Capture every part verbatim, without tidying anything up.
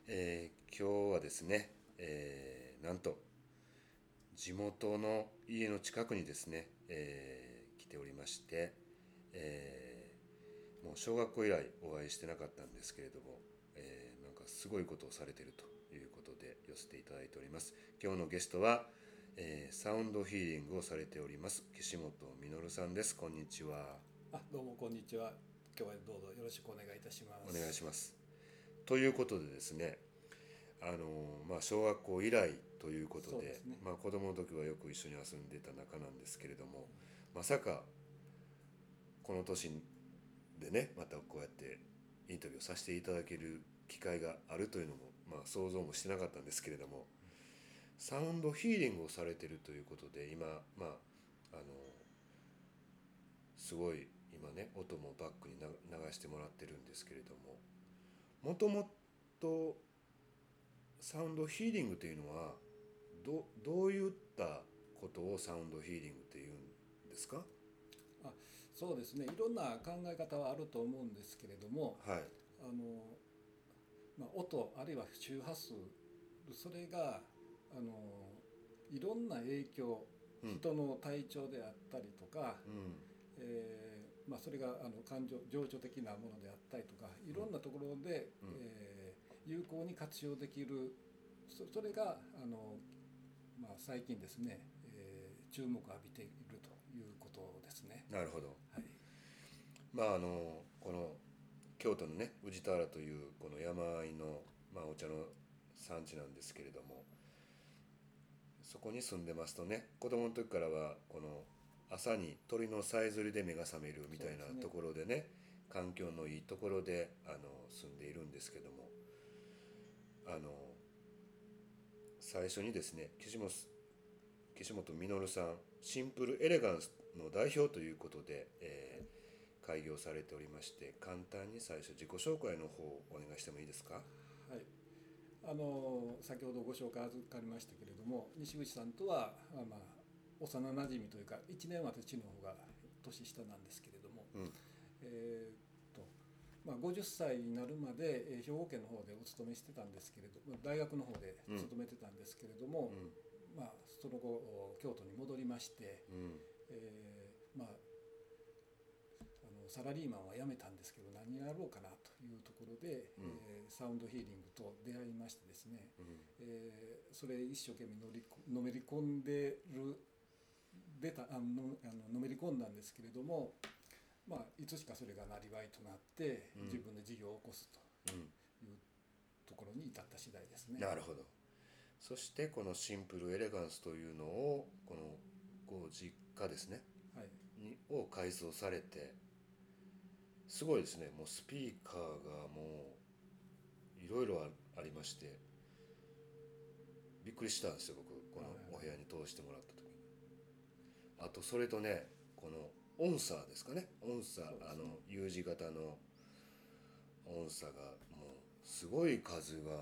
えー今日はですね、えーなんと地元の家の近くにですね、えー来ておりまして、えーもう小学校以来お会いしてなかったんですけれども、えーなんかすごいことをされているということで寄せていただいております。今日のゲストは、えーサウンドヒーリングをされております岸本実さんです。こんにちは。 あ、どうもこんにちは。今日はどうぞよろしくお願いいたしまお願いしす。 ます。ということでですね、あのまあ、小学校以来ということで、 そうですね。 まあ、子供の時はよく一緒に遊んでた仲なんですけれども、まさかこの年でねまたこうやってインタビューをさせていただける機会があるというのも、まあ、想像もしてなかったんですけれども、サウンドヒーリングをされているということで今、まあ、あのすごい今ね音もバックに流してもらってるんですけれども、もともとサウンドヒーリングというのはどどういったことをサウンドヒーリングっていうんですか？ あ、そうですね。いろんな考え方はあると思うんですけれども、 はい。 あの、まあ、音あるいは周波数、それがあのいろんな影響、 うん。 人の体調であったりとか、 うん。 えーまあ、それがあの感情情緒的なものであったりとか、いろんなところで、 うん。 えー有効に活用できる、そそれがあのまあ、最近ですね、えー注目を浴びているということですね。 なるほど。 はい、 まああのこの京都のね宇治田原というこの山あいの、まあ、お茶の産地なんですけれども、そこに住んでますとね、子供の時からはこの朝に鳥のさえずりで目が覚めるみたいなそうですね。 ところでね、環境のいいところであの住んでいるんですけども、あの最初にですね岸本岸本実さん、シンプルエレガンスの代表ということで、えー開業されておりまして、簡単に最初自己紹介の方をお願いしてもいいですか？ はい、あの先ほどご紹介預かりましたけれども、西口さんとはあ、まあ、幼なじみというか、いちねん私の方が年下なんですけれども、 うん。 えーっとまあ、ごじゅっさいになるまでえー兵庫県の方でお勤めしてたんですけれど、まあ大学の方でうん。 勤めてたんですけれども、 うん。 まあ、その後京都に戻りまして、 うん。 えーまあ、あのサラリーマンは辞めたんですけど、何やろうかなというところで、 うん。 えーサウンドヒーリングと出会いましてですね、 うん。 えーそれ一生懸命乗りのめり込んでる出たあのあののめり込んだんですけれども、まあ、いつしかそれがなりわいとなってうん。 自分で事業を起こすとうん。 いうところに至った次第ですね。 なるほど。そしてこのシンプルエレガンスというのをこのご実家ですねはい、 にを改装されて、すごいですね。もうスピーカーがもういろいろありまして、びっくりしたんですよ僕、このお部屋に通してもらった時に。あとそれとね、この音叉ですかね、音叉、あのそうですね。 U 字型の音叉がもうすごい数が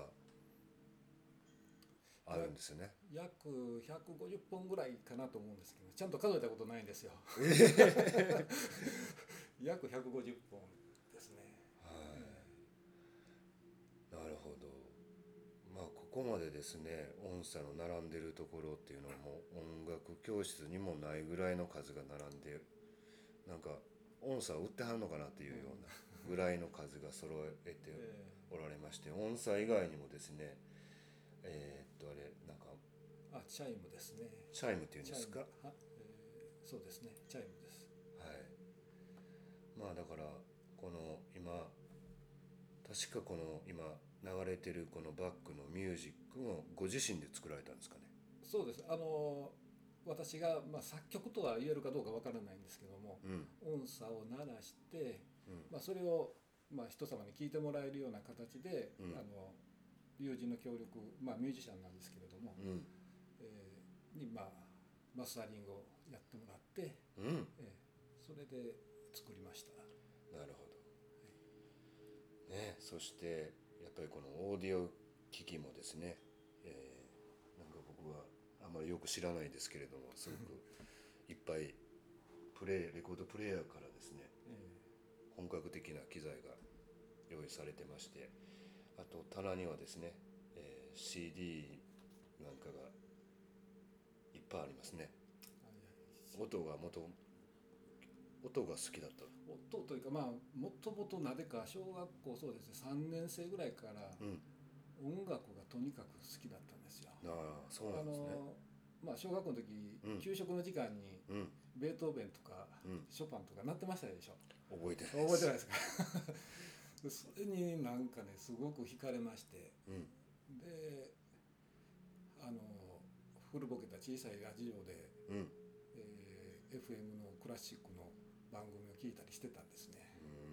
あやるんですよね。 約ひゃくごじゅっぽんぐらいかなと思うんですけど、ちゃんと数えたことないんですよ。約ひゃくごじゅっぽんですね。えなるほど。まあここまでですね音叉の並んでるところっていうのはもう音楽教室にもないぐらいの数が並んで、なんか音叉を売ってはんのかなっていーうんうようなぐらいの数が揃えてえおられまして、音叉以外にもですね、えーっとあれなんかーあ、チャイムですね。 チャイムっていうんでチャイムすか？ は、えーそうですね、チャイムです。 はい。まあだからこの今確かこの今流れてるこのバックのミュージックもご自身で作られたんですかね？ そうです。あの私が、まあ、作曲とは言えるかどうかわからないんですけども、 うん。 音叉を鳴らして、 うん。 まあ、それを、まあ、人様に聞いてもらえるような形で、 うん。 あの友人の協力、まあ、ミュージシャンなんですけれども、 うん。 えーに、まあ、マスタリングをやってもらって、 うん。 えーそれで作りました。 なるほどね。そしてやっぱりこのオーディオ機器もですね、えーなんか僕はあまりよく知らないですけれども、すごくいっぱいプレイレコードプレーヤーからですねえ本格的な機材が用意されてまして、 あと棚にはですね、えー シーディー なんかがいっぱいありますね。音が元音が好きだった。 音というか、まあもともとなぜか小学校、そうですね、さんねん生ぐらいからうん。 音楽がとにかく好きだったんですよ。 ああ、そうなあんですね。 のまあ小学校の時、 うん給食の時間にうん。 ベートーベンとか、 うんショパンとか鳴ってましたでしょ。 覚えてない覚えてないで。 ですすかでそれになんかねすごく惹かれまして、 うん。 であの古ぼけた小さいラジオで、 うん。うえー エフエム のクラシックの番組を聞いたりしてたんですね。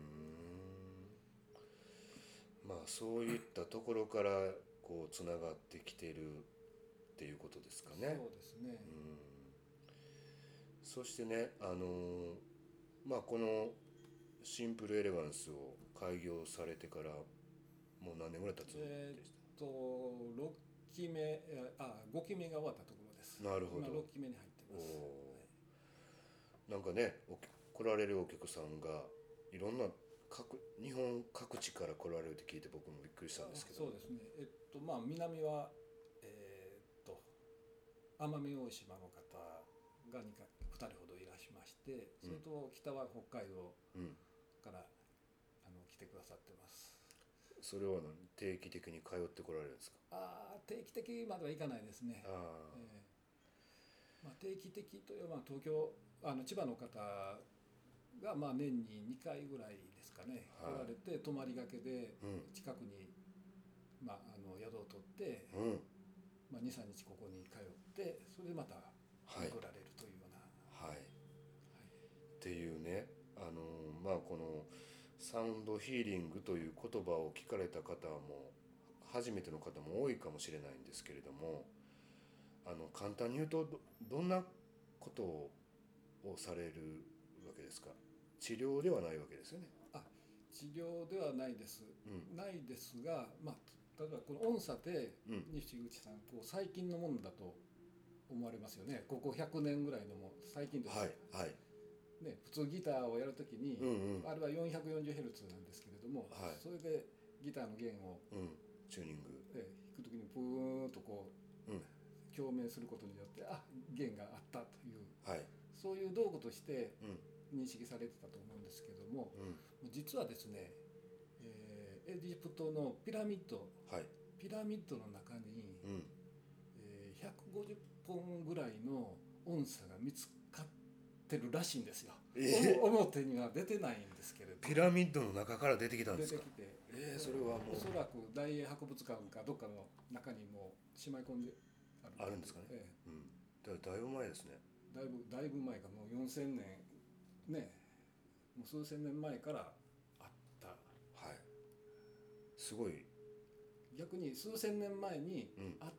ーん。まあそういったところからこうつながってきてるっていうことですかね。 そうですね。 うん。そしてね、あのーまあこのシンプルエレガンスを開業されてからもう何年ぐらい経つんえでしーっとろっきめえーあごきめが終わったところです。 た？なるほ今ど。 ろっきめに入ってます。 おなんかね、お来られるお客さんがいろんな各日本各地から来られるって聞いて僕もびっくりしたんですけど。 そうですね。えっとまあ南はえーっと奄美大島の方がにかふたりほどいらっしゃいまして、それと北は北海道うん。 からあの来てくださってます。 それは何定期的に通ってこられるんですか？ ああ定期的まではいかないですね。 あえーまあ、定期的というのは東京あの千葉の方がまあ年ににかいぐらいですかね、 はい来られて泊まりがけでうん近くに、まあ、あの宿を取って、 うん。 まあ、にさんにちここに通ってそれでまたはい戻られるというような、 はい。 はいっていうね、あのまあこのサウンドヒーリングという言葉を聞かれた方も初めての方も多いかもしれないんですけれども、あの簡単に言うとどどんなことをされるわけですか？治療ではないわけですよね。 あ治療ではないです、 うんないですが、まあ、例えばこの音叉ってうん西口さんこう最近のものだと思われますよね。ここひゃくねんぐらいのも最近ですよ、 はいはいね、普通ギターをやるときに、 うんうんあれは よんひゃくよんじゅうヘルツ なんですけれども、 はいそれでギターの弦を、 うんチューニングえ弾くときにプーンとこうんう共鳴することによってあ弦があったというはいそういう道具としてうん認識されてたと思うんですけども、 うん実はですね、えーエジプトのピラミッドはいピラミッドの中に、 うんえーひゃくごじゅっぽんぐらいの音叉が見つかってるらしいんですよ。 えーお表には出てないんですけれどピラミッドの中から出てきたんですか？ 出てきて、 えー、それはもうおそらく大英博物館かどっかの中にもうしまい込んであるあるんですかね。 えうんだからだいぶ前ですね。 えだいぶだいぶ前かもうよんせんねんねもう数千年前からあった。 はいすごい。 逆に数千年前にうんあって、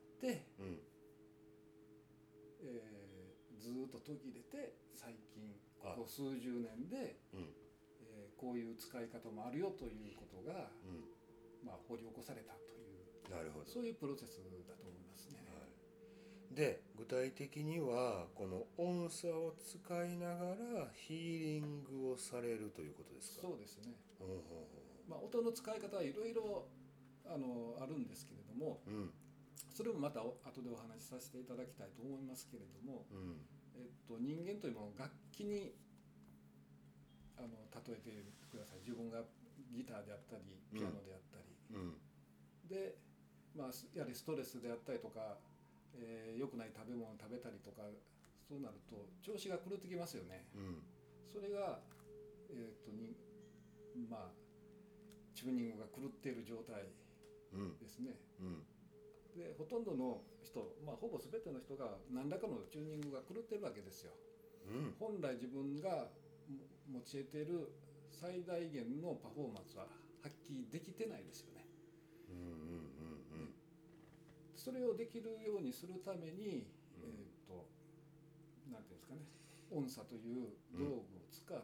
うんえーずーっと途切れて最近こあこ数十年で、 うんえーこういう使い方もあるよということが、 うんまあ、掘り起こされたというなるほど。 そういうプロセスだと思いますね。 はい、で具体的にはこの音叉を使いながらヒーリングをされるということですか？ そうですね。 うんうんまあ、音の使い方はいろいろあのあるんですけれども、 うんうんそれもまた後でお話しさせていただきたいと思いますけれども、 うんえっと、人間というものを楽器にあの例えてください。自分がギターであったりピアノであったり、 うんで、まあ、やはりストレスであったりとか、えー、良くない食べ物を食べたりとかそうなると調子が狂ってきますよね。 うんそれが、えー、とにまあチューニングが狂っている状態うんですね。 うんでほとんどの人、まあ、ほぼ全ての人が何らかのチューニングが狂ってるわけですよ。 うん本来自分がも用いている最大限のパフォーマンスは発揮できてないですよね。 うんうんそれをできるようにするために、 うんえー、となんていうんですかね、音叉という道具を使って、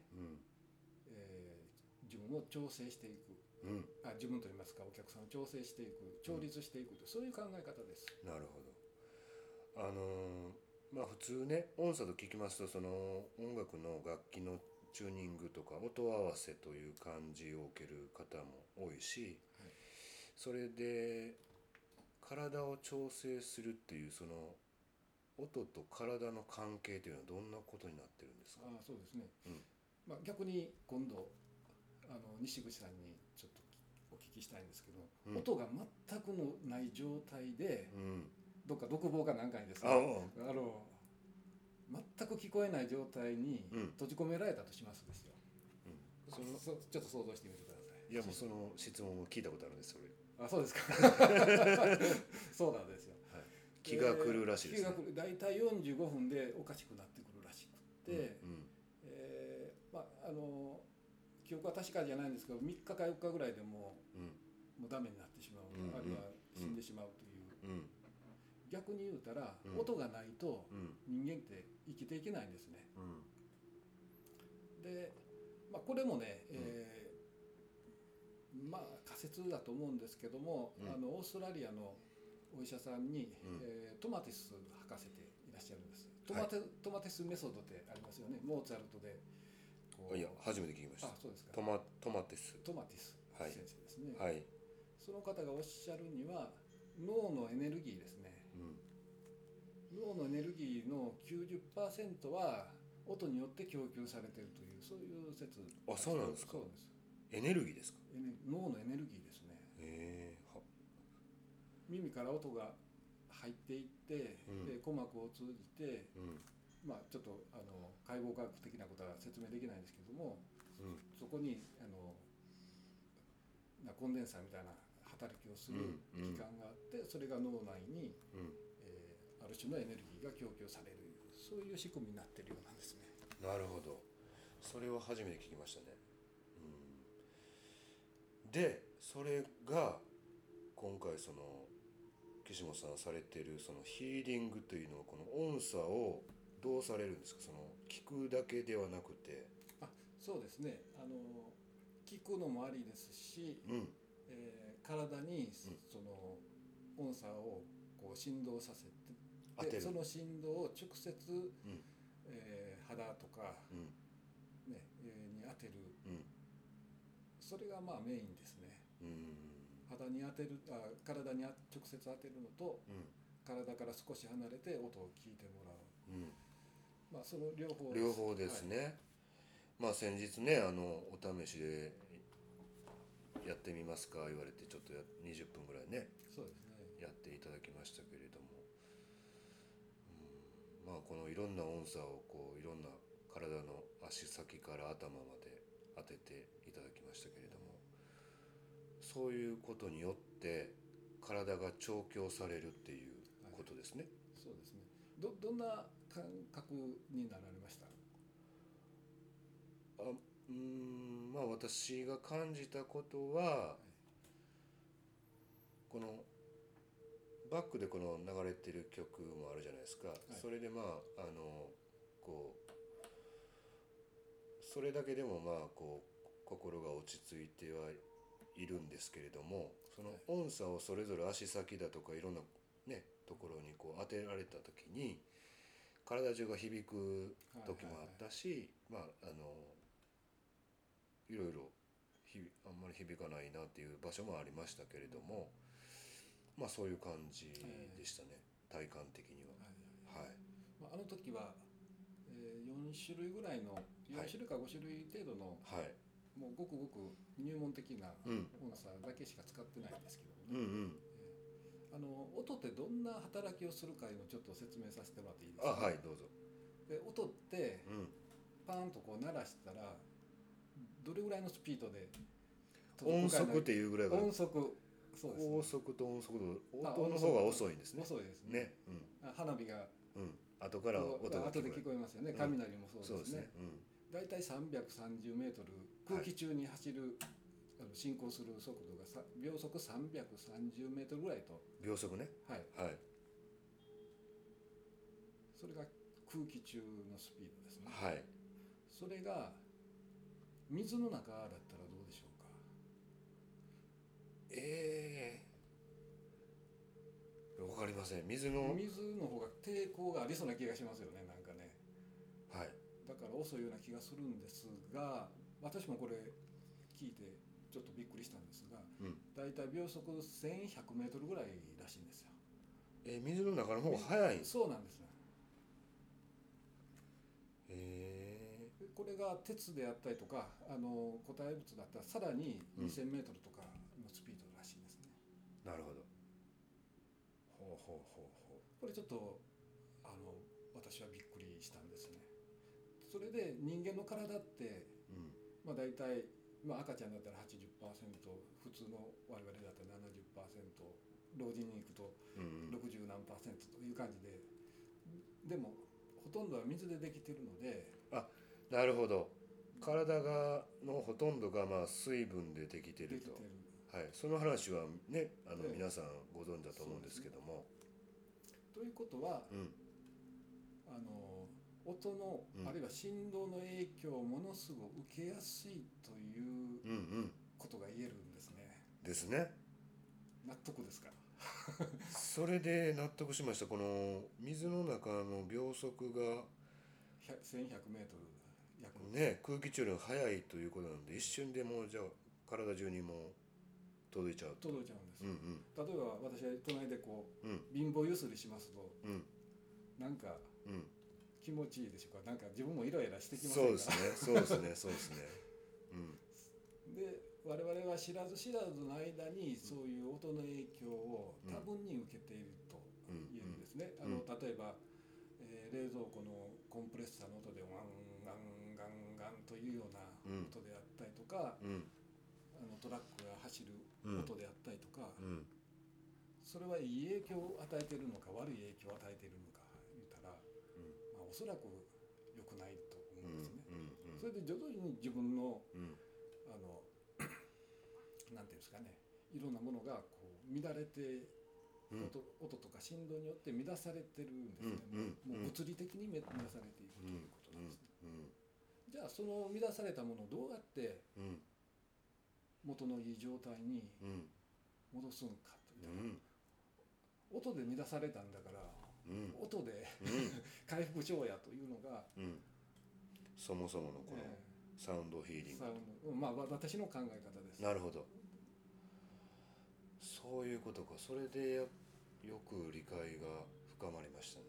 うんえー自分を調整していく、 うんうんあ自分といいますかお客さんを調整していく調律していくと、そういう考え方です。 なるほど。あのーまあ普通ね音叉と聞きますとその音楽の楽器のチューニングとか音合わせという感じを受ける方も多いし、 はいそれで体を調整するっていうその音と体の関係というのはどんなことになってるんですか？ ああそうですね、 うんまあ、逆に今度あの西口さんにちょっとお聞きしたいんですけど、 うん音が全くのない状態で、 うん、 どっか独房かなんかにですね、 あああの全く聞こえない状態にうん閉じ込められたとしますですよ、 うん、そのそちょっと想像してみてください。 いやもうその質問を聞いたことあるんですそれ、 あそうですかそうなんですよ、 はい、気が狂うらしいですね。 気が狂う大体よんじゅうごふんでおかしくなってくるらしくて、 うんうんえーまああの記憶は確かじゃないんですけどみっかかよっかぐらいでもうんうもうダメになってしまう、 うんあるいは死んでしまうという、 うん逆に言うたら、 うん音がないとうん人間って生きていけないんですね。 うんで、まあ、これもね、えーまあ仮説だと思うんですけども、 うんあのオーストラリアのお医者さんに、 うんえートマティス博士でいらっしゃるんです。トマテ、 はトマティスメソッドってありますよね。モーツァルトでこういや初めて聞きました。 あそうですか。 トマトマテス、 トマティスはい先生ですね、 はい、 その方がおっしゃるには脳のエネルギーですね。 うん脳のエネルギーの きゅうじゅっパーセント は音によって供給されているというそういう説。 あそうなんですか。 そうです。 エネルギーですか。 エネ脳のエネルギーですね。 へえは耳から音が入っていって、 うんで鼓膜を通じて、 うんまあ、ちょっとあの解剖学的なことは説明できないんですけども、 うんそこにあのなコンデンサーみたいな働きをするうんうん器官があって、それが脳内に、 うんえーある種のエネルギーが供給される、そういう仕組みになっているようなんですね。 なるほど、それは初めて聞きましたね。うん、でそれが今回その岸本さんされてるそのヒーリングというのはこの音叉をどうされるんですか。その聞くだけではなくて。 あそうですね、あの聞くのもありですし、 うんえー体にその音叉をこう振動させて、 当てるでその振動を直接、 うんえー肌とか、 うんねえーに当てる、 うんそれがまあメインですね。 うん肌に当てる、あ体にあ直接当てるのと、 うん体から少し離れて音を聞いてもらう、 うんまあ、その両方両方ですね。 はい、 まあ先日ねあのお試しでやってみますか言われてちょっとやにじゅっぷんぐらいねそうですね。 やっていただきましたけれども、うん、まあこのいろんな音叉をこういろんな体の足先から頭まで当てていただきましたけれども、そういうことによって体が調教されるっていうことですね。 そうですね。どどんな感覚になられました？ あうーんまあ私が感じたことは、このバックでこの流れてる曲もあるじゃないですか、 い、 それでまああのこうそれだけでもまあこう心が落ち着いてはいるんですけれども、その音叉をそれぞれ足先だとかいろんなねところにこう当てられた時に体中が響く時もあったし、まああのいろいろあんまり響かないなっていう場所もありましたけれども、まあそういう感じでしたね、体感的には。はい、 まあ、あの時は、えー、よん種類ぐらいのよん種類かご種類程度の、 はい、 もうごくごく入門的なうん音叉だけしか使ってないんですけどうんうもね、 んえーあの音ってどんな働きをするかいうのをちょっと説明させてもらっていいですあか？ はいどうぞ。 で音ってうんパーンとこう鳴らしたらどれぐらいのスピードで音速っていうぐらいが音速、そうですね、 高速と音速とあ音の方が遅いんですね。 遅いですね。 ね、うんあ花火がうん後から音が後で聞こえますよね。雷もそうそうですすでねね。。 だいたいさんびゃくさんじゅうメートル空気中に走る、あの進行する速度がさ秒速さんびゃくさんじゅうメートルぐらいと、 うん、秒速ね。 はい、 はいそれが空気中のスピードですね。 はい。 それが水の中だったらどうでしょうか？ ええー、わかりません。水の水の方が抵抗がありそうな気がしますよね、なんかね。 はいだから遅いような気がするんですが、私もこれ聞いてちょっとびっくりしたんですが、 うん、 だいたい秒速せんひゃくメートルぐらいらしいんですよ。 えー水の中の方が速いんですか？ そうなんですね。 へえ。 これが鉄であったりとかあの固体物だったらさらににせんメートルとかのスピードらしいですね。 なるほど。ほうほうほうほこれちょっとあの私はびっくりしたんですね。それで人間の体って、 う。うん。 まあ、大体、まあ、赤ちゃんだったら はちじゅっパーセント、 普通の我々だったら ななじゅっパーセント、 老人に行くとうんうん。 ろくじゅう何パーセントという感じで、でもほとんどは水でできてるので。 あ、なるほど。体がのほとんどがまあ水分でできてると。 できてる。 はい、その話はね、あのええ皆さんご存知だと思うんですけども。 ということは、 うん。 あの音の、 うんあるいは振動の影響をものすごく受けやすいといううんうんことが言えるんですね。 ですね。 納得ですか？ それで納得しました。この水の中の秒速がせんひゃくメートル約。 ね、空気中より速いということなので、一瞬でもうじゃあ体中にもう届いちゃうと。 届いちゃうんです。 うんうん。 例えば私が隣でこう、 うん貧乏ゆすりしますと、 うん。 なんかうん。 気持ちいいでしょうか。なんか自分もイライラしてきませそんか？ うですね。そうですね。そうですね。うん。 で我々は知らず知らずの間にそういう音の影響を多分に受けていると言えるんですね。 うんうんあの例えば、えー冷蔵庫のコンプレッサーの音でワンガンガンガンというような音であったりとか、 うん。 あのトラックが走るうん音であったりとか、 うん。 それはいい影響を与えているのか悪い影響を与えているのか言ったら、まあ、おそらく良くないと思うんですね。 うんうんそれで徐々に自分のうんあのなんていうんですかね、いろんなものがこう乱れて、 うん音、音とか振動によって乱されてるんですね。 うんうんもうもう物理的に乱されていくということなんですね。 うんじゃあその乱されたものをどうやってうん元のいい状態にうん戻すんかといううんと、音で乱されたんだからうん音でうん回復しようやというのが、 うんそもそものこのえサウンドヒーリング。 ーサウンド、うんまあわ私の考え方です。 なるほど。そういうことか。それでやよく理解が深まりましたね。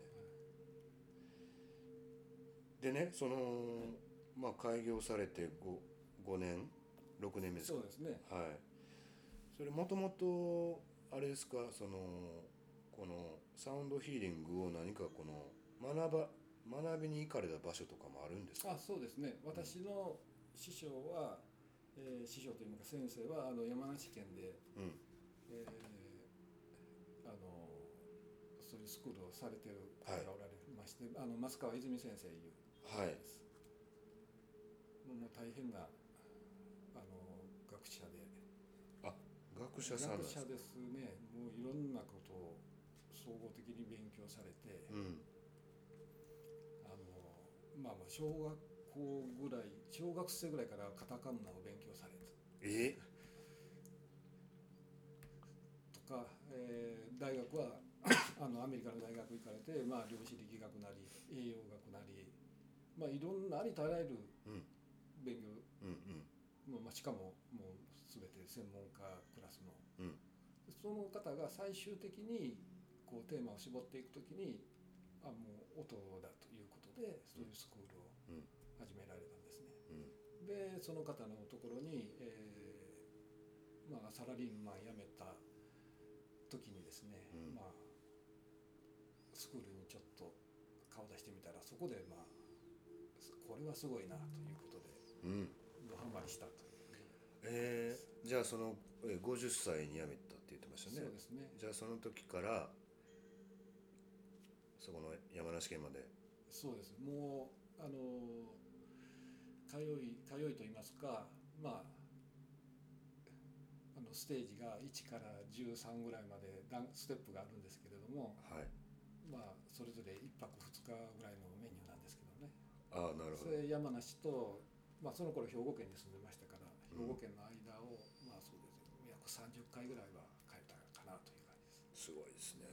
でね、そのまあ開業されて 5, 5年ろくねんめですか？ そうですね。 はい。それもともとあれですか、そのこのサウンドヒーリングを何かこの学ば学びに行かれた場所とかもあるんですか？ あ、そうですね。私の師匠は、えー師匠といいますか先生はあの山梨県で、 うんえーあのそういうスクールをされている方はいがおられまして、あの増川泉先生いうはい方です。もうもう大変なあの学者で、 あ、学者さんなんですか？ 学者ですね。もういろんなことを総合的に勉強されて、 うんあのまあまあ小学校ぐらい小学生ぐらいからカタカナを勉強されてえとか、えー大学はあのアメリカの大学行かれて、まあ、量子力学なり栄養学なり、まあ、いろんなありとあらゆるうん勉強、 うんまあ、しかももう全て専門家クラスのうんうんその方が最終的にこうテーマを絞っていくときにあもう音だということでそういうスクールをうん始められたんですね。 うんでその方のところに、えーまあ、サラリーマン辞めた時にですね、 うんまあ、スクールにちょっと顔出してみたらそこでまあこれはすごいなということでうんドハマりしたという。 えー、じゃあそのえーごじゅっさいに辞めたって言ってましたね。 そうですね。 じゃあその時からそこの山梨県まで。 そうです。もうあの通い通いと言いますか、まああのステージがいちからじゅうさんぐらいまで段ステップがあるんですけれども、 はい。 まあそれぞれいっぱくふつかぐらいのメニューなんですけどね。 ああ、なるほど。 それ山梨と、まあ、その頃兵庫県に住んでましたから兵庫県の間を、まあそうですね、約さんじゅっかいぐらいは通ったかなという感じです。 すごいですね。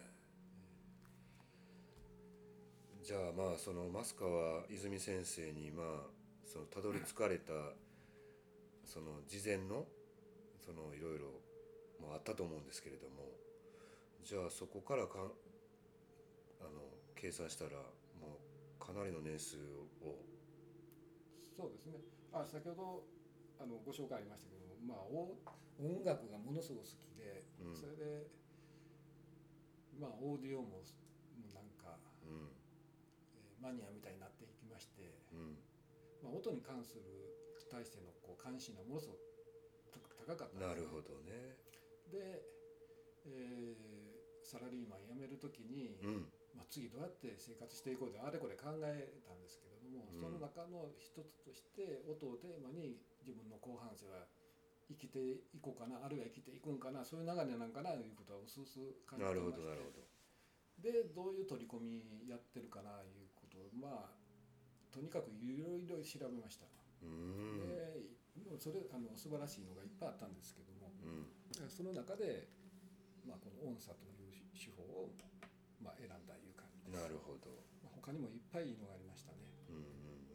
じゃあまあその増川泉先生にまあそのたどり着かれたその事前のそのいろいろもあったと思うんですけれども、じゃあそこからかあの計算したらもうかなりの年数を。 そうですね。あ、先ほどあのご紹介ありましたけども、まあ、お音楽がものすごく好きで、 うんそれで、まあ、オーディオもなんか、 うんえーマニアみたいになっていきまして、 うんまあ、音に関する対してのこう関心がものすごく高かったんですね。 なるほどね。 で、えーサラリーマン辞めるときに、 うんまあ、次どうやって生活していこうとあれこれ考えたんですけれども、 うんその中の一つとして音をテーマに自分の後半生は生きていこうかな、あるいは生きていくんかな、そういう流れなんかなということはうすうす感じてなるほまして、 どなるほど。 でどういう取り込みやってるかないうことを、まあとにかくいろいろ調べました。 うーんでもうそれあの素晴らしいのがいっぱいあったんですけども、 うんその中で、まあ、この音叉という手法を、まあ、選んだいう感じです。 なるほど。 まあ、他にもいっぱいいいのがありましたね。 うんうん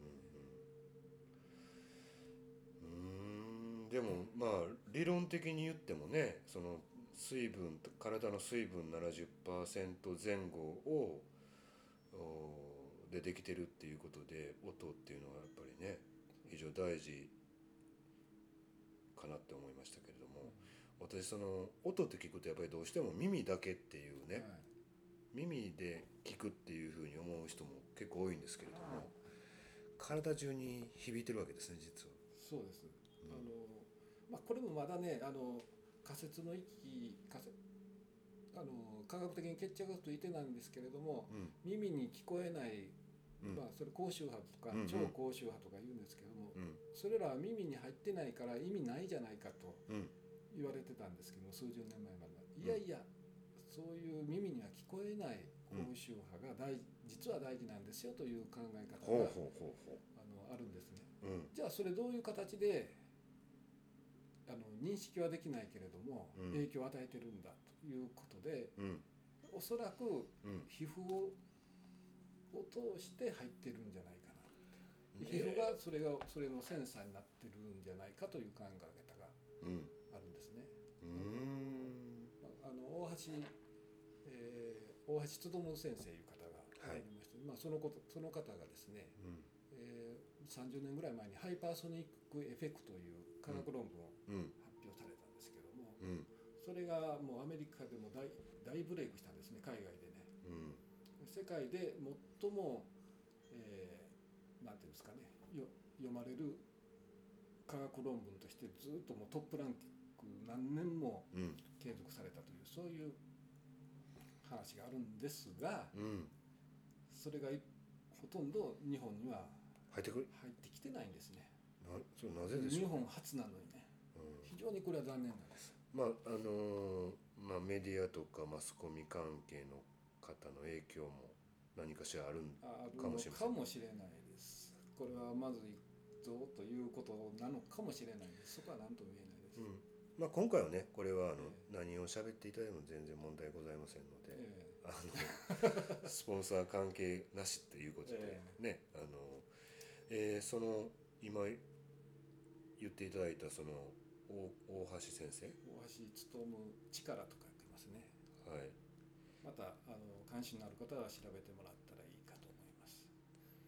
うんうん。うーんでもまあ理論的に言ってもね、その水分体の水分 ななじゅっパーセント 前後をおでできてるっていうことで、音っていうのはやっぱりね非常に大事かなって思いましたけれども、私その音って聞くとやっぱりどうしても耳だけっていうね、 はい、 耳で聞くっていうふうに思う人も結構多いんですけれども、体中に響いてるわけですね実は。 そうです。あのまあ、これもまだね、あの仮説の域仮説あの科学的に決着がついてないんですけれども、 うん耳に聞こえない、 うんまあ、それ高周波とかうんうん超高周波とか言うんですけども、 うんそれらは耳に入ってないから意味ないじゃないかとうん言われてたんですけども、数十年前までは。いやいや、そういう耳には聞こえない高周波が大実は大事なんですよという考え方がほうほうほうほあのあるんですね。 う。うんじゃあそれどういう形であの認識はできないけれどもうん影響を与えてるんだということで、 うんおそらくうん皮膚をを通して入ってるんじゃないかな。 ね皮膚がそれがそれのセンサーになってるんじゃないかという考え方がうんあるんですね。 うーんあの大橋、えー大橋勉先生いう方がおられまして、まあ、そのことその方がですね、 うんえーさんじゅうねんぐらい前にハイパーソニックエフェクトという科学論文をうん発表されたんですけども、 うんそれがもうアメリカでも大大ブレイクしたんですね、海外でね。 うん世界で最も、えーなんていうんですかね、よ読まれる科学論文としてずっともうトップランキング何年もうん継続されたというそういう話があるんですが、 うんそれがいほとんど日本には入ってくる。 入ってきてないんですね。 なそれなぜでし日ょう。 本初なのにね、 うん非常にこれは残念なんです。 まああのーまあ、メディアとかマスコミ関係の方の影響も何かしらあるんあるかもしれません。 のかもしれないです。これはまずいぞということなのかもしれないです。そこは何とも言えないです。 うんまあ、今回はねこれはあの、 え何を喋っていただいても全然問題ございませんので、 えあのスポンサー関係なしっていうことで、 えねあの、えーその今言っていただいたその大大橋先生、 大橋勉力とか言ってますね。 はいまたあの関心のある方は調べてもらったらいいかと思います。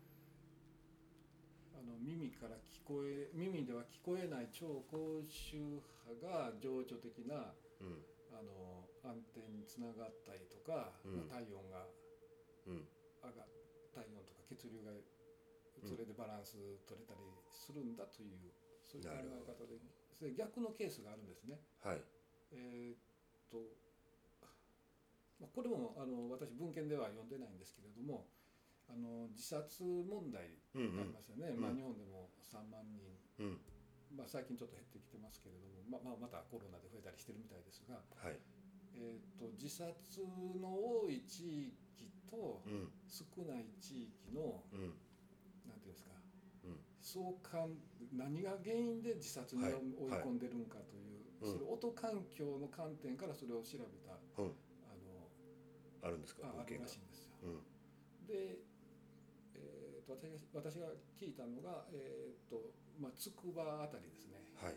あの耳から聞こえ耳では聞こえない超高周波が情緒的なうんあの安定につながったりとか、 うんまあ、体温がうん上が体温とか血流がそれでバランス取れたりするんだという、そういう考えなるほ方で、それ逆のケースがあるんですね。 はいえーっとまあこれもあの私文献では読んでないんですけれども、あの自殺問題うんがありますよね。 うんまあ、日本でもさんまんにん、 うんまあ、最近ちょっと減ってきてますけれども、まあ、まあまたコロナで増えたりしてるみたいですが、 はいえー、と自殺の多い地域とうん少ない地域の、 うんなんていうんですか、 うん相関何が原因で自殺にはい追い込んでるんかという、 はいそれ音環境の観点からそれを調べたうんあのあるんですかあある文献がらしいんですよ。 うんで、えー、と私が私が聞いたのが、えーとまあ、筑波あたりですね。 はいあ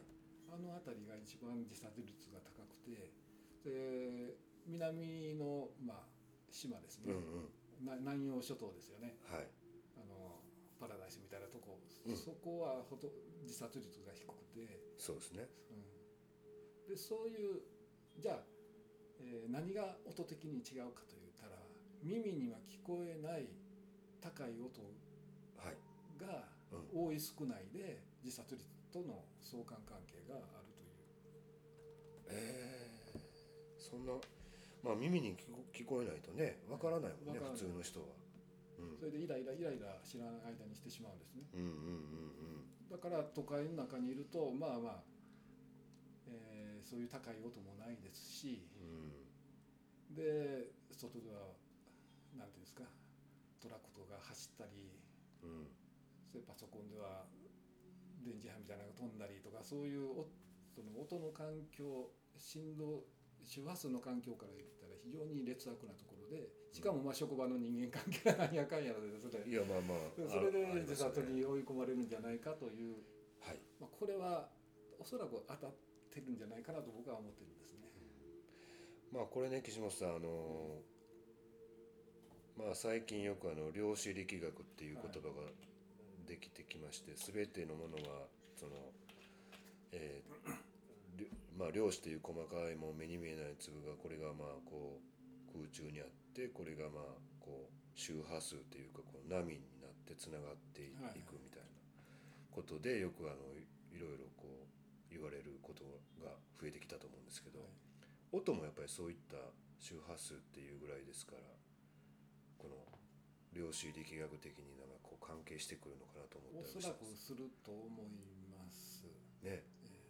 あの辺りが一番自殺率が高くて、で南の、まあ、島ですね、 うんうん、 な南洋諸島ですよね、 はい、 あのパラダイスみたいなとこ、 うん、 そこはほと自殺率が低くて、 そうですね、 うん、でそういうじゃあ、えー何が音的に違うかといったら、耳には聞こえない高い音はい、 がうん、 多い少ないで自殺率との相関関係があるという。 えー、そんな、まあ耳に聞こ、聞こえないとねわからないもんね、 わからない普通の人は、うん、 それでイライライライラ知らない間にしてしまうんですね。 うんうんうんだから都会の中にいるとまあまあ、えーそういう高い音もないですし、 うんで外では何ていうんですか、トラクトが走ったり、 うんうん、 それパソコンでは電磁波みたいなのが飛んだりとか、そういうおその音の環境、振動周波数の環境から言ったら非常に劣悪なところで、しかもまあ職場の人間関係が何やかんやので、それいやまあまあそれであありますよね、 自殺に追い込まれるんじゃないかという、 はい、 まあ、これはおそらく当たってるんじゃないかなと僕は思ってるんですね。 まあこれね岸本さん、あのまあ最近よくあの量子力学っていう言葉ができてきまして、全てのものはその、えーまあ、量子という細かいもう目に見えない粒が、これがまあこう空中にあって、これがまあこう周波数というかこう波になってつながっていくみたいなことで、よくあのいろいろこう言われることが増えてきたと思うんですけど、 はい、 音もやっぱりそういった周波数っていうぐらいですから、この量子力学的になんかこう関係してくるのかなと思ったりもしおそらくますすると思いますね。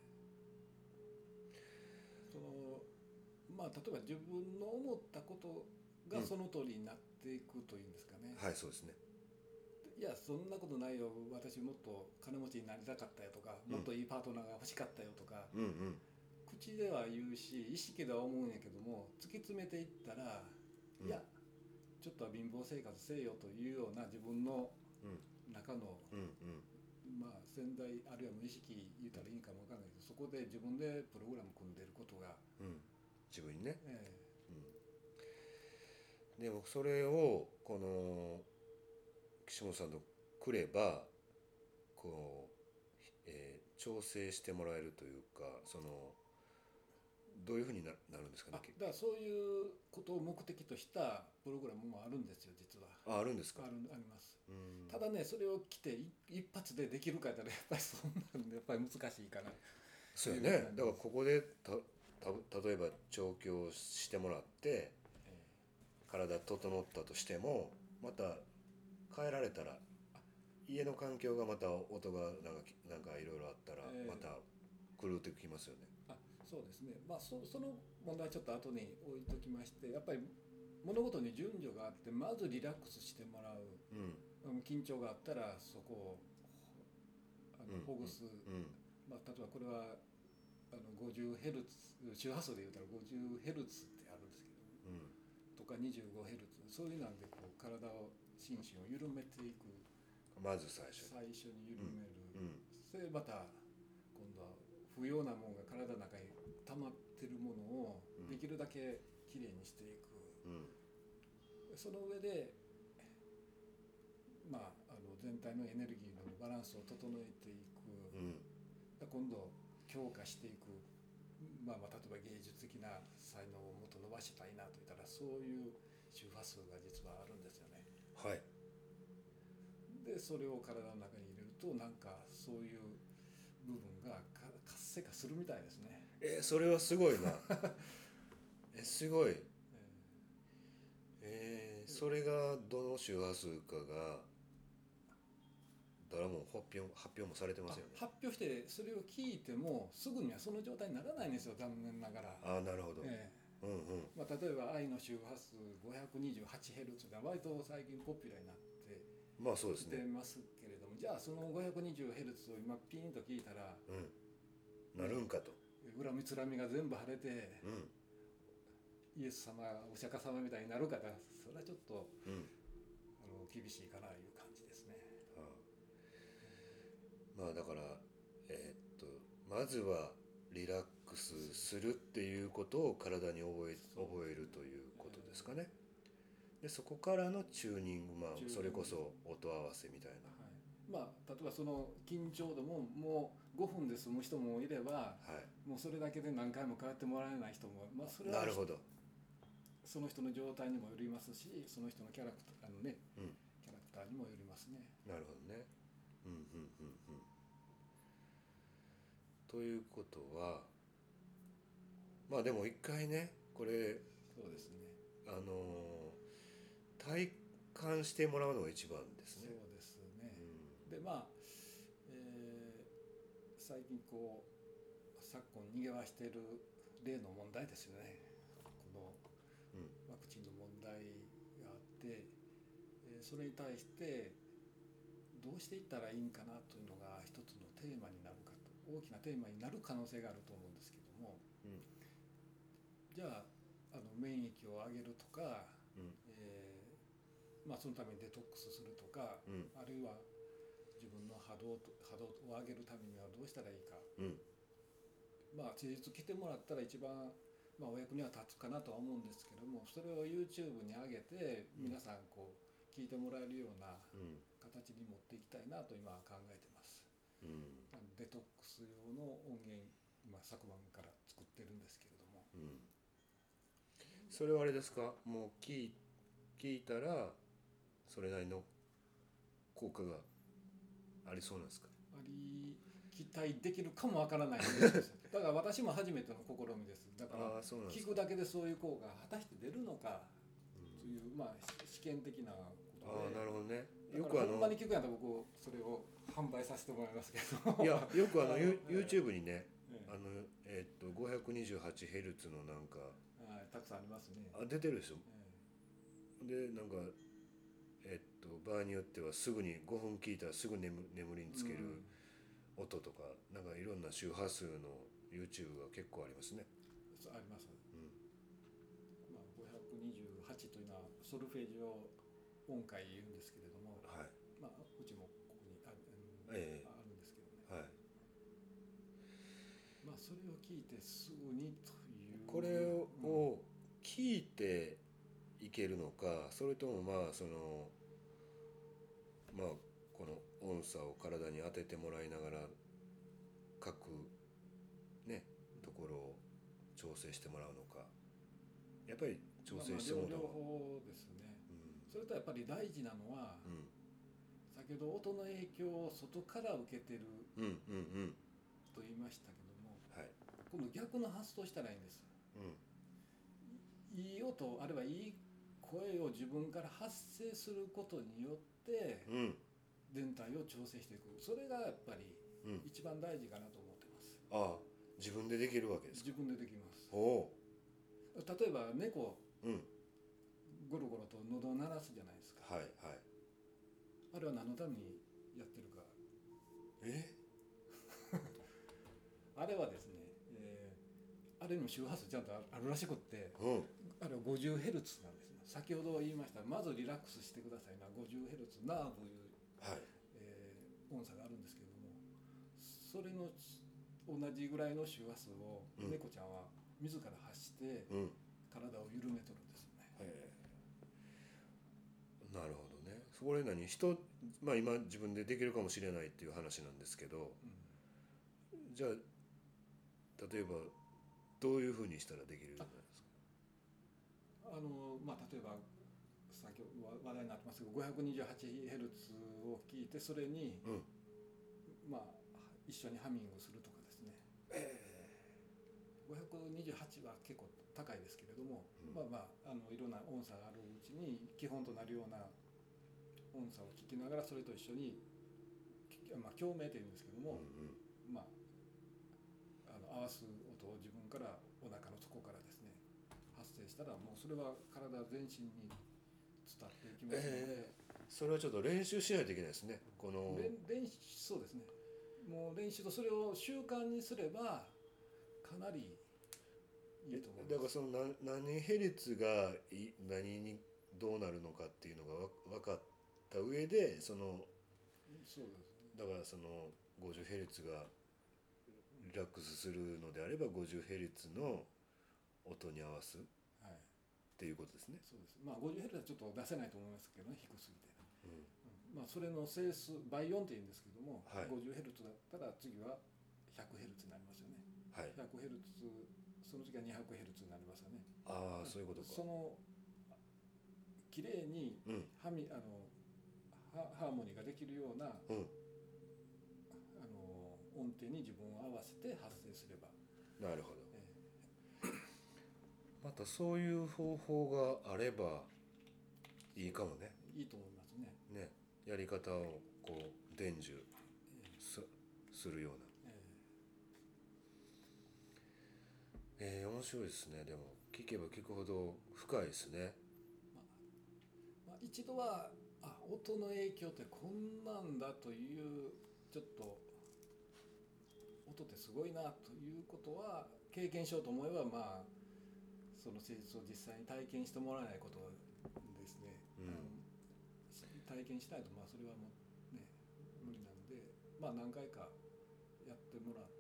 そのまあ例えば自分の思ったことがその通りになっていくというんですかね、 はい、そうですね。 いやそんなことないよ、私もっと金持ちになりたかったよとか、 うんもっといいパートナーが欲しかったよとか、 うんうん、 口では言うし意識では思うんやけども、突き詰めていったら、 うん、 いやちょっとは貧乏生活せよというような自分のうん中の、 うんうん、 まあ潜在あるいは無意識言ったらいいかもわからないけど、そこで自分でプログラム組んでることが、 うん、自分にね、 えうん、でもそれをこの岸本さんとくればこう、えー調整してもらえるというか、そのどういうふうにななるんですかー、あね。 だからそういうことを目的としたプログラムもあるんですよ実は。 あ、あるんですか。 あるあります。 うん、 ただね、それを来てい一発でできるかやったらやっぱりそんなんでやっぱり難しいかな。 そうやね。だからここでたた例えば調教してもらってえ体整ったとしても、また変えられたら、家の環境がまた音がなんかなんかいろいろあったらえまた狂ってきますよね。 あそうですね、まあ、そ, その問題はちょっと後に置いときまして、やっぱり物事に順序があって、まずリラックスしてもらう、 うんうん緊張があったらそこをあのうんほぐす、 うんまあ、例えばこれはあの ごじゅうヘルツ 周波数で言うたら ごじゅうヘルツ ってあるんですけど、 うんとか にじゅうごヘルツ、 そういうなんでこう体を心身を緩めていく、 まず最初最初に緩める、 に、うんそれでまた今度は不要なものが体の中に溜まってるものをできるだけきれいにしていく、 うんその上で、まあ、あの全体のエネルギーのバランスを整えていく、 うん今度強化していく、まあ、まあ例えば芸術的な才能をもっと伸ばしたいなといったら、そういう周波数が実はあるんですよね。 はい。 でそれを体の中に入れると、なんかそういう部分が活性化するみたいですね。 えーそれはすごいな。えすごい。 ええーそれがどの周波数かが誰も発表発表もされてまあせんよね。 発表してそれを聞いてもすぐにはその状態にならないんですよ、残念ながら。 ああ、なるほど。 ええうんうんまあ、例えば愛の周波数 ごひゃくにじゅうはちヘルツ が割と最近ポピュラーになってまあそうですきてね。 ますけれども、じゃあその ごひゃくにじゅうヘルツ を今ピンと聞いたら、 うんなるんかと。 恨みつらみが全部晴れてうんイエス様お釈迦様みたいになるから、それはちょっとうんあの厳しいかなという感じですね。 ああまあだからえーっとまずはリラックスするっていうことを体に覚え覚えるということですかね。でそこからのチューニング、まあチューニングそれこそ音合わせみたいな。 はい、まあ例えばその緊張度ももうごふんで済む人もいれば、 はい、 もうそれだけで何回も変わってもらえない人も、まあ、それはなるほど。 その人の状態にもよりますし、その人のキャラクターあの、ねうん、 キャラクターにもよりますね。 なるほどね。うんうんうんうん。ということはまあでも一回ねこれそうですね。 あの体感してもらうのが一番ですね。 そうですね。 うん、 でまあ、えー最近こう昨今にぎわしている例の問題ですよね。このうんワクチンの問題があって、えーそれに対してどうしていったらいいんかなというのが一つのテーマになるかと、大きなテーマになる可能性があると思うんですけども、 うんじゃあ、あの免疫を上げるとか、 うんえーまあ、そのためにデトックスするとか、 うんあるいは自分の波動と波動を上げるためにはどうしたらいいか、 うんまあ施術来てもらったら一番、まあ、お役には立つかなとは思うんですけども、それを YouTube に上げて皆さんこう聞いてもらえるようなうん形に持っていきたいなと今は考えてます。 うんデトックス用の音源、今昨晩から作ってるんですけれども、 うん。それはあれですか、もう聞い聞いたらそれなりの効果がありそうなんですか。 あり期待できるかもわからないんですだから私も初めての試みです。だからああそうなんですか。 聞くだけでそういう効果が果たして出るのかうんという、まあ試験的なことああなで、 るほどね。 だよくあのからほんまに聞くんやったら僕それを販売させてもらいますけどいやよくあのあのユええ YouTube にねええあのえっと ごひゃくにじゅうはちヘルツ のなんかはい、たくさんありますね。 あ出てるでしょ。 えでなんかえっと場合によってはすぐにごふん聞いたらすぐ眠眠りにえつけるうん音とかなんかいろんな周波数の YouTube が結構ありますね。 そうあります。 うんまあ、ごひゃくにじゅうはちというのはソルフェージオ音階言うんですけれども、 はい。 まあ、うちもここにある,、うんえあるんですけどね、 えはい。 まあ、それを聞いてすぐにという、 これうんを聞いていけるのかそれともまあそのまあこの音差を体に当ててもらいながら各ねところを調整してもらうのかやっぱり調整まあまあ両両してもらうのが方ですね。それとやっぱり大事なのは、 うん先ほど音の影響を外から受けてるうんうんうんうんと言いましたけども、 はい今度逆の発想したらいいんです。 うんいい音あるいはいい声を自分から発生することによってうん全体を調整していく、それがやっぱりうん一番大事かなと思ってます。 ああ自分でできるわけですか。 自分でできます。 おお例えば猫うんゴロゴロと喉を鳴らすじゃないですか。 はいはいあれは何のためにやってるか。 えあれはですね、えーあれにも周波数ちゃんとあるらしくって、 うんあれは ごじゅうヘルツ なんですね。先ほど言いましたまずリラックスしてくださいな ごじゅうヘルツ ナーブいう、 はいえー音差があるんですけれども、それの同じぐらいの周波数をうん猫ちゃんは自ら発してうん体を緩めとるんですよね。 えーなるほどね。それ何人まあ今自分でできるかもしれないっていう話なんですけどうんじゃあ例えばどういうふうにしたらできるようになるんですか。 あのまあ、例えば先ほど話題になってますけど ごひゃくにじゅうはちヘルツ を聞いてそれに、 うんまあ、一緒にハミングするとかですね、ごひゃくにじゅうはちは結構高いですけれども、 うんまあまああのいろんな音差があるうちに基本となるような音差を聞きながらそれと一緒に、まあ、共鳴というんですけども、 うんまあ、あの合わす音を自分からお腹の底からですね発生したらもうそれは体全身に伝っていきますので、 えーそれはちょっと練習しないといけないですね。この練練習そうですね、もう練習とそれを習慣にすればかなりいいと思います。 だからその何何ヘルツがい何にどうなるのかっていうのが分かった上でそのそうですね。 だからその ごじゅうヘルツ がリラックスするのであれば ごじゅうヘルツ の音に合わすっはい、 ていうことですね。 そうです。まあ ごじゅうヘルツ はちょっと出せないと思いますけどね、低すぎて、 うんうんまあ、それの整数倍音っていうんですけども、 はいごじゅうヘルツ だったら次は ひゃくヘルツ になりますよね。 はい、 ひゃくヘルツ、その次は にひゃくヘルツ になりますよね。 ああそういうことか。 その綺麗にうんはみあのハハーモニーができるようなあうん、 の音程に自分を合わせて発声すれば、 なるほど。 えまたそういう方法があればいいかもね。 ーいいと思いますね。 ね、やり方をこう伝授えーすするような。 ええー、面白いですね。でも聞けば聞くほど深いですね。 ーまあまあ、一度はあ音の影響ってこんなんだというちょっと音ってすごいなということは経験しようと思えば、まあその施術を実際に体験してもらわないことですね、 うんあの体験しないとまあそれはもうね無理なので、まあ何回かやってもらって、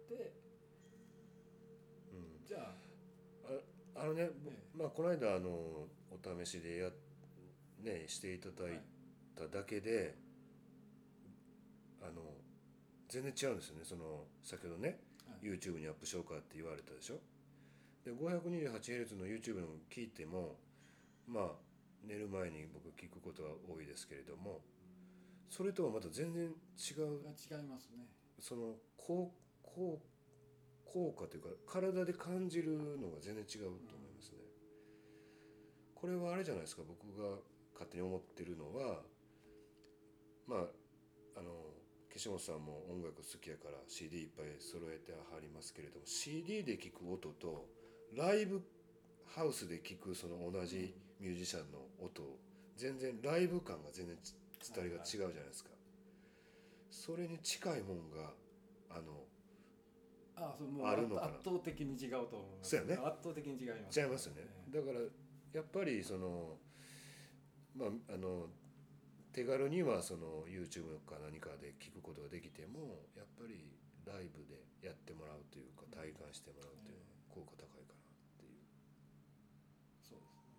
うん、 じゃあああのね、 ねまあこの間あのお試しでやねしていただいただけで、あの全然違うんですよね。その先ほどね、 はい YouTube にアップしようかって言われたでしょ。で ごひゃくにじゅうはちヘルツ の YouTube の聞いてもまあ寝る前に僕聞くことが多いですけれども、それとはまた全然違う、 が違いますね。 その効効効果というか体で感じるのが全然違うと思いますね。これはあれじゃないですか。僕が勝手に思ってるのは、まああの岸本さんも音楽好きやから シーディー いっぱい揃えてはりますけれども、 シーディー で聴く音とライブハウスで聴くその同じミュージシャンの音、全然ライブ感が全然伝わりが違うじゃないですか。それに近いもんがあのああそれもうあるのかな。 圧倒的に違うと思います。 そうやね、 圧倒的に違います。 違いますよね。だからやっぱりそのまああの手軽にはその YouTube か何かで聞くことができても、やっぱりライブでやってもらうというか体感してもらうというのは効果高いかなっていう。 そうですね。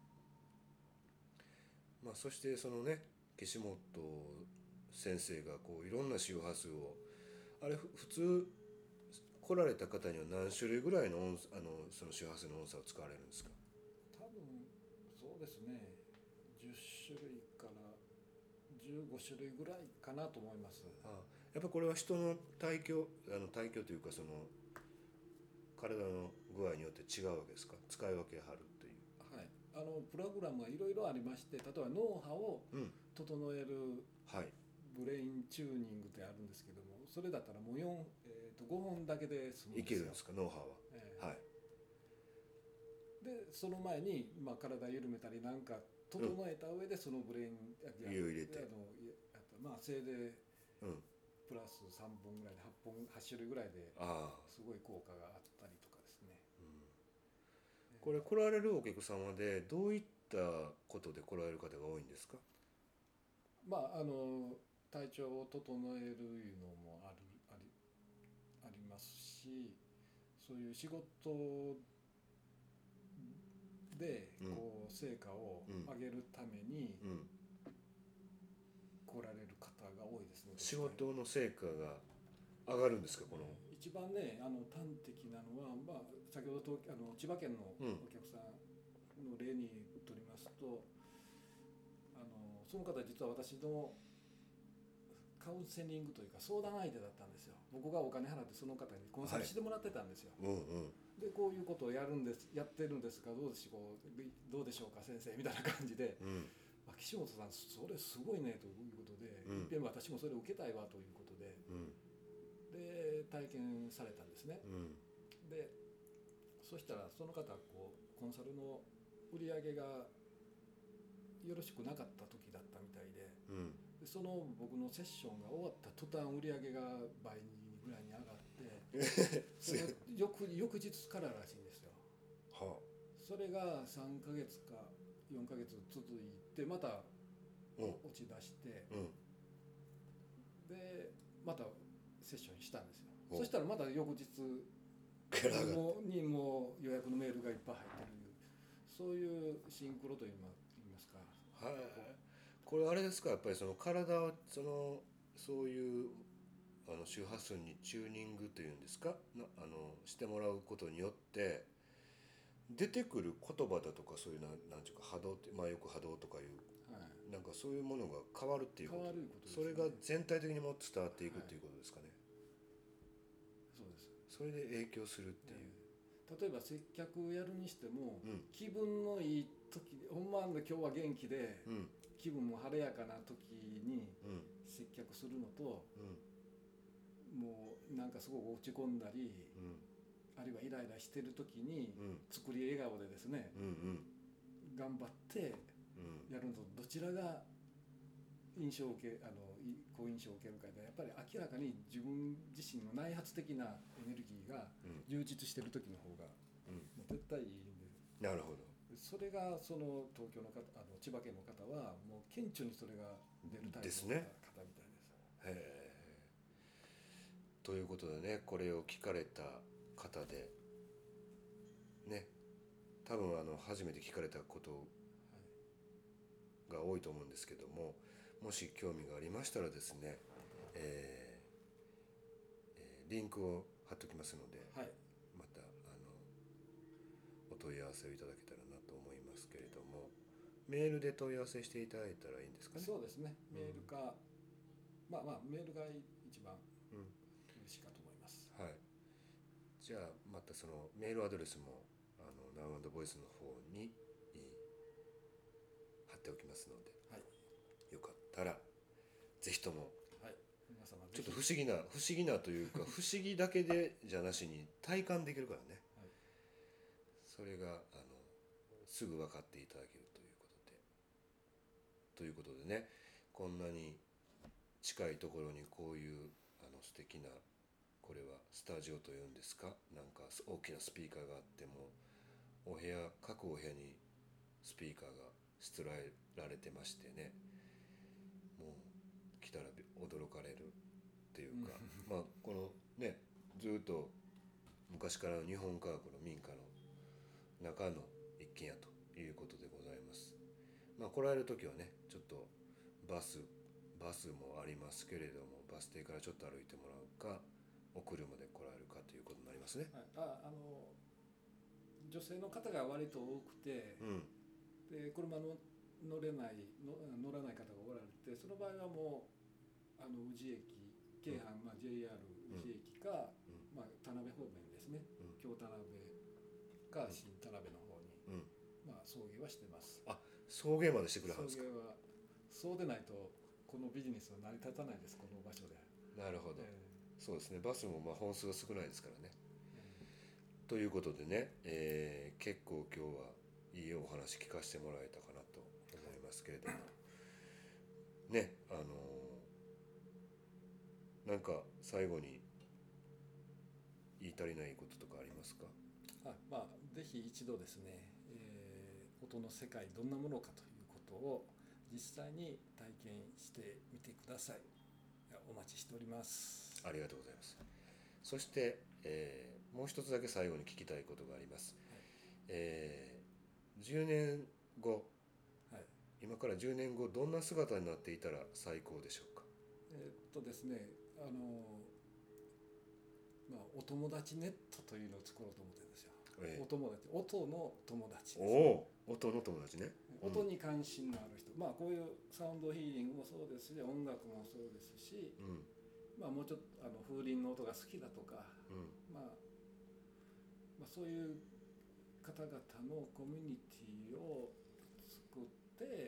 まあそしてそのね岸本先生がこういろんな周波数を、あれふ普通来られた方には何種類ぐらいの音あのその周波数の音差を使われるんですか。 多分そうですね。じゅっしゅるいからじゅうごしゅるいぐらいかなと思います。 ああ、やっぱこれは人の体境あの体境というかその体の具合によって違うわけですか。使い分けはるという。 はい。あのプログラムがいろいろありまして、例えば脳波をうん整えるはいブレインチューニングってあるんですけども、それだったらもうよん、えー、とごほんだけで済むんいですよ。 けるんですか脳波は。 えーはい。 でその前に、まあ、体緩めたりなんか整えた上でそのブレイン胃を入れてあのいあとまあせいでうん。 プラスさんぼんぐらいではっぽんはちしゅるいぐらいでああ、 すごい効果があったりとかですね。 これ来られるお客様でどういったことで来られる方が多いんですか。 まああの体調を整えるいうのもあるありありますし、そういう仕事でうんこう成果を上げるためにうん。 来られる方が多いですね。 仕事の成果が上がるんですかこの。 一番ねあの端的なのは、まあ、先ほど東あの千葉県のお客さんの例にとりますと、あのその方実は私のカウンセリングというか相談相手だったんですよ。僕がお金払ってその方にコンサルしてもらってたんですよ。 うんうんでこういうことをやるんですやってるんですがどうでしょうどうでしょうか先生みたいな感じで、 うんあ岸本さんそれすごいねということで、 うんいっぺん私もそれを受けたいわということで、 うんで体験されたんですね。 うんでそしたらその方こうコンサルの売り上げがよろしくなかった時だったみたいで、 うんでその僕のセッションが終わった途端売り上げが倍ぐらいに上がってそれ翌翌日かららしいんですよ。 はそれがさんかげつかよんかげつ続いてまたあうん落ち出してうんでまたセッションしたんですよ。 おそしたらまた翌日ガラがもうにもう予約のメールがいっぱい入ってる、そういうシンクロといいますか。 はい。これあれですか、やっぱりその体をそのそういうあの周波数にチューニングというんですかな、あのしてもらうことによって出てくる言葉だとか、そういうな、なんていうか波動って、まあよく波動とかいう、 はい、 なんかそういうものが変わるっていうこと、 変わることですそね。 れが全体的にも伝わっていくっていうことですかね。 そうです。 それで影響するっていう。 えー例えば接客をやるにしても、 うん、 気分のいい時、ほんまの今日は元気で、 うん、 気分も晴れやかな時にうん、 接客するのと、 うん、 もうなんかすごく落ち込んだり、 うん、 あるいはイライラしてる時に、 うん、 作り笑顔でですね、 うん、うん、 頑張ってうん、 やるのとどちらが印象を受けあのい好印象を受けるかで、やっぱり明らかに自分自身の内発的なエネルギーがうん充実してる時の方がうん、 もう絶対いいんで、 なるほど。 それがその東京の方、あの千葉県の方はもう顕著にそれが出るタイプのですね。 方みたいです。 へえ。ということでね、これを聞かれた方でね、多分あの初めて聞かれたことが多いと思うんですけども、もし興味がありましたらですね、えーえーリンクを貼っておきますので、 はい、 またあのお問い合わせをいただけたらなと思いますけれども、メールで問い合わせしていただいたらいいんですかね。 そうですね。メールか、まあまあメールが一番うん、 嬉しいかと思います。 はい。じゃあまたそのメールアドレスもあのナウアンドボイスの方に貼っておきますので、 はい、 よかったらぜひとも。 はい、皆様ちょっとぜひ。 不思議な不思議なというか不思議だけでじゃなしに体感できるからね、 はい、 それがあのすぐ分かっていただけるということでということでね、こんなに近いところにこういうあの素敵な、これはスタジオというんですか、なんか大きなスピーカーがあっても、お部屋各お部屋にスピーカーがしつらえられてましてね、もう来たら驚かれるっていうか、まあこのねずっと昔からの日本家屋の民家の中の一軒家ということでございます。まあ来られる時はね、ちょっとバスバスもありますけれども、バス停からちょっと歩いてもらうか、お車で来られるかということになりますね。 はい、あ、あの女性の方が割と多くて、 うん、 で車の乗れないの乗らない方がおられて、その場合はもうあの宇治駅、京阪、まあ、ジェイアール 宇治駅か、 うん、 まあ、田辺方面ですね、 うん、 京田辺か新田辺の方に、 うん、 まあ、送迎はしてます。 あ、送迎までしてくれは送るんですか。 迎はそうでないとこのビジネスは成り立たないです、この場所で。 なるほど、 えそうですね、バスもまあ本数が少ないですからね。 ーえということでね、えー結構今日はいいお話聞かせてもらえたかなと思いますけれどもね、あのーなんか最後に言い足りないこととかありますか。 ーあまあ、ぜひ一度ですね、えー音の世界どんなものかということを実際に体験してみてください。お待ちしております。 ありがとうございます。そして、えーもう一つだけ最後に聞きたいことがあります。 はい、 えーじゅうねんご、 はい、 今からじゅうねんごどんな姿になっていたら最高でしょうか。 えーっとですね、あのまあ、お友達ネットというのを作ろうと思ってるんですよ。 えーお友達、音の友達ですおね。 お、音の友達ね。 音に関心のある人、まあこういうサウンドヒーリングもそうですし、音楽もそうですし、 うん、 まあもうちょっとあの風鈴の音が好きだとか、 うん、 まあ、まあそういう方々のコミュニティを作って、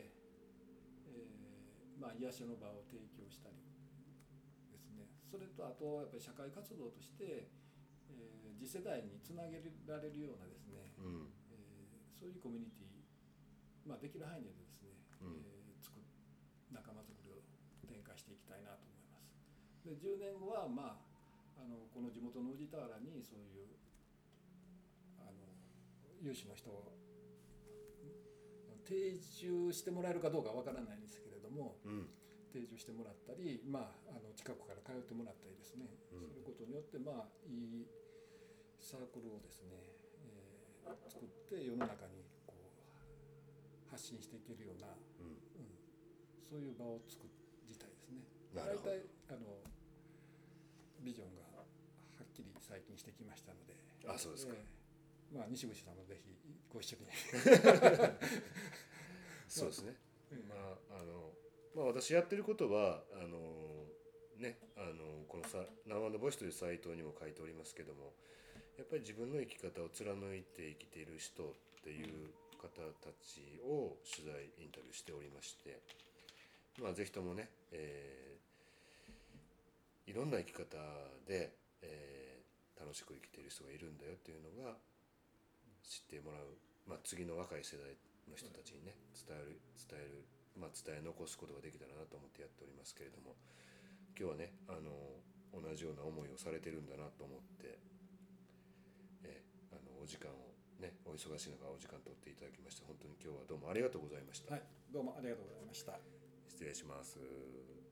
えーまあ癒しの場を提供したりですね。それとあとやっぱり社会活動として、えー次世代につなげられるようなですね、 うん、 えーそういうコミュニティ、まあ、できる範囲でですね、 うんえー作仲間づくりを展開していきたいなと思います。でじゅうねんごは、まあ、あのこの地元の宇治田原にそういうあの有志の人を定住してもらえるかどうかわからないんですけれども、 うん、 定住してもらったり、まあ、あの近くから通ってもらったりですね、 うん、 することによって、まあ、いいサークルをですね、えー作って世の中にこう発信していけるような、 うんうん、そういう場を作りたいですね。 なるほど大体あのビジョンがはっきり最近してきましたので、 あそうですか、 えーまあ、西口さんもぜひご一緒にそうですね、 うんまああのまあ私やってることはあのねあのこのさ「ナウ&ボイス」というサイトにも書いておりますけども、やっぱり自分の生き方を貫いて生きている人っていう方たちを取材インタビューしておりまして、まあぜひともね、えーいろんな生き方で、えー楽しく生きている人がいるんだよっていうのが知ってもらう、まあ、次の若い世代の人たちにね伝える伝える、まあ、伝え残すことができたらなと思ってやっておりますけれども、今日はねあの同じような思いをされてるんだなと思って、えーあのお時間をねお忙しい中お時間取っていただきまして本当に今日はどうもありがとうございました。 はい、どうもありがとうございました。 失礼します。